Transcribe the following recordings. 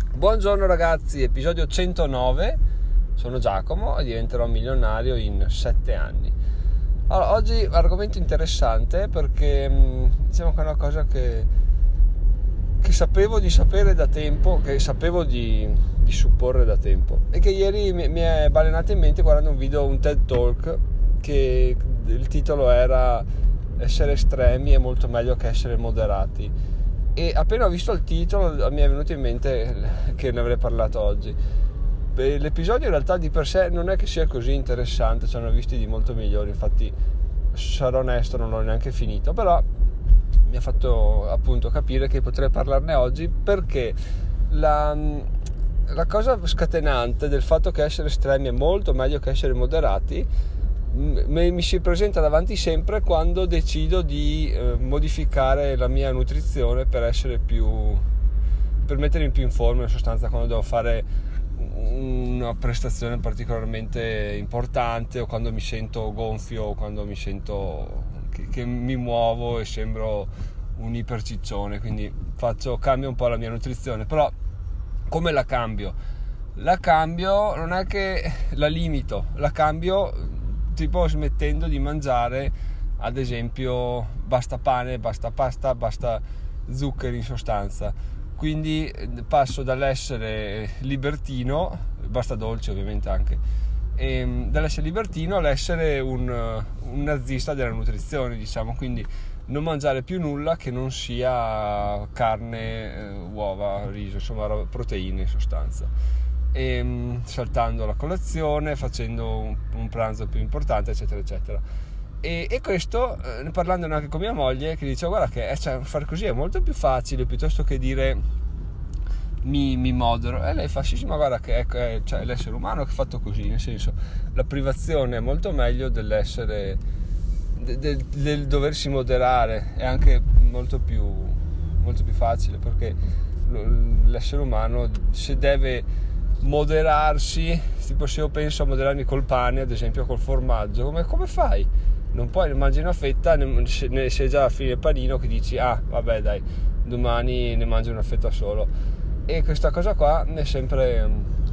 Buongiorno ragazzi, episodio 109, sono Giacomo e diventerò milionario in 7 anni. Allora, oggi argomento interessante perché diciamo che è una cosa che sapevo di sapere da tempo, che sapevo di supporre da tempo e che ieri mi è balenata in mente guardando un TED Talk che il titolo era "Essere estremi è molto meglio che essere moderati". E appena ho visto il titolo mi è venuto in mente che ne avrei parlato oggi. L'episodio in realtà di per sé non è che sia così interessante, ce ne ho visti di molto migliori, infatti sarò onesto, non l'ho neanche finito, però mi ha fatto appunto capire che potrei parlarne oggi perché la cosa scatenante del fatto che essere estremi è molto meglio che essere moderati mi si presenta davanti sempre quando decido di modificare la mia nutrizione per mettermi più in forma, in sostanza quando devo fare una prestazione particolarmente importante o quando mi sento gonfio o quando mi sento che mi muovo e sembro un iperciccione, quindi cambio un po' la mia nutrizione. Però come la cambio? La cambio, non è che la limito, la cambio tipo smettendo di mangiare, ad esempio, basta pane, basta pasta, basta zuccheri in sostanza. Quindi passo dall'essere libertino, basta dolce ovviamente anche, dall'essere libertino all'essere un nazista della nutrizione, diciamo. Quindi non mangiare più nulla che non sia carne, uova, riso, insomma proteine in sostanza, e saltando la colazione, facendo un pranzo più importante, eccetera eccetera. E questo parlandone anche con mia moglie, che dice guarda che fare così è molto più facile piuttosto che dire mi modero, e lei fa sì ma guarda che è l'essere umano che è fatto così, nel senso la privazione è molto meglio dell'essere del doversi moderare, è anche molto più facile, perché l'essere umano se deve moderarsi, tipo se io penso a moderarmi col pane, ad esempio col formaggio, come fai? Non puoi, mangi una fetta, ne sei già alla fine del panino che dici vabbè dai, domani ne mangio una fetta solo. E questa cosa qua mi ha sempre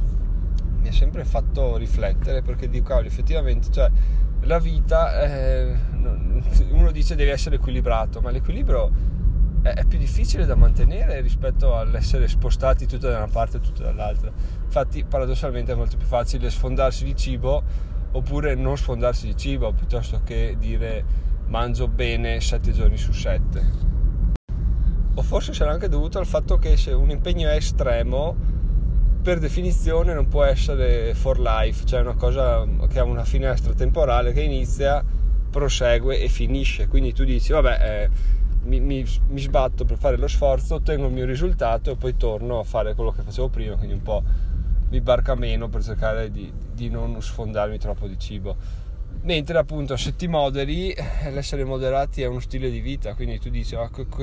fatto riflettere, perché dico cavolo, effettivamente la vita uno dice deve essere equilibrato, ma l'equilibrio è più difficile da mantenere rispetto all'essere spostati tutto da una parte e tutto dall'altra. Infatti paradossalmente è molto più facile sfondarsi di cibo oppure non sfondarsi di cibo, piuttosto che dire mangio bene 7 giorni su 7. O forse sarà anche dovuto al fatto che se un impegno è estremo, per definizione non può essere for life, cioè una cosa che ha una finestra temporale che inizia, prosegue e finisce. Quindi tu dici vabbè, mi sbatto per fare lo sforzo, ottengo il mio risultato e poi torno a fare quello che facevo prima, quindi un po' mi barca meno per cercare di non sfondarmi troppo di cibo. Mentre appunto se ti moderi, l'essere moderati è uno stile di vita, quindi tu dici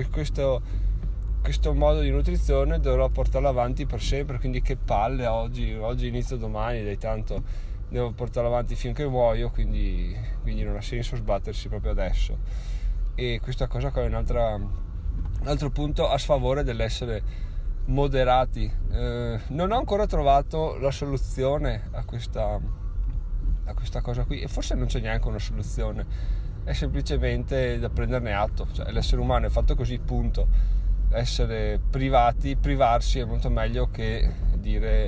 questo modo di nutrizione dovrò portarlo avanti per sempre, quindi che palle, oggi inizio domani, dai, tanto devo portarlo avanti finché muoio, quindi non ha senso sbattersi proprio adesso. E questa cosa qua è un altro punto a sfavore dell'essere moderati. Non ho ancora trovato la soluzione a questa cosa qui, e forse non c'è neanche una soluzione, è semplicemente da prenderne atto, l'essere umano è fatto così, punto. Essere privarsi è molto meglio che dire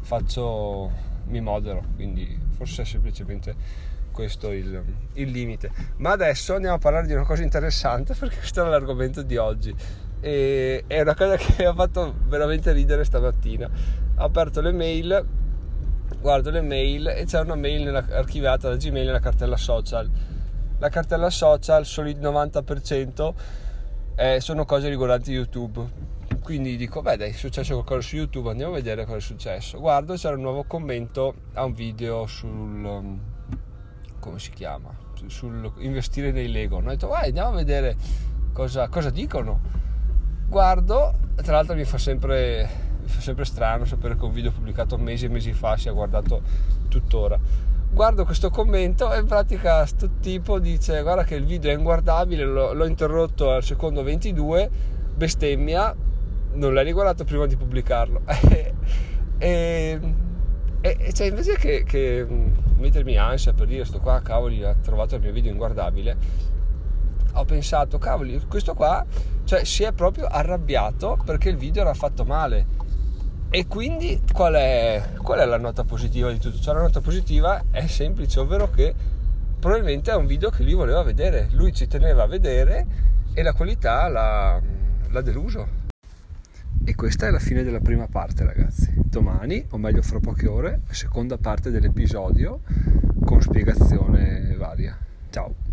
mi modero, quindi forse è semplicemente questo il limite. Ma adesso andiamo a parlare di una cosa interessante, perché questo è l'argomento di oggi e è una cosa che mi ha fatto veramente ridere stamattina. Ho aperto le mail, guardo le mail e c'è una mail archiviata da Gmail nella cartella social. La cartella social, solo il 90% sono cose riguardanti YouTube, quindi dico dai, è successo qualcosa su YouTube, andiamo a vedere cosa è successo. Guardo, c'era un nuovo commento a un video sul come si chiama, sul investire nei Lego. Ho detto andiamo a vedere cosa dicono. Guardo, tra l'altro mi fa sempre strano sapere che un video pubblicato mesi e mesi fa sia guardato tuttora. Guardo questo commento e in pratica sto tipo dice guarda che il video è inguardabile, l'ho interrotto al secondo 22, bestemmia, non l'hai riguardato prima di pubblicarlo. e cioè, invece che mettermi ansia per dire sto qua, cavoli, ha trovato il mio video inguardabile, ho pensato, cavoli, questo qua, cioè, si è proprio arrabbiato perché il video era fatto male. E quindi qual è la nota positiva di tutto? Cioè, la nota positiva è semplice, ovvero che probabilmente è un video che lui voleva vedere, lui ci teneva a vedere e la qualità l'ha deluso. E questa è la fine della prima parte, ragazzi. Domani, o meglio fra poche ore, la seconda parte dell'episodio con spiegazione varia. Ciao.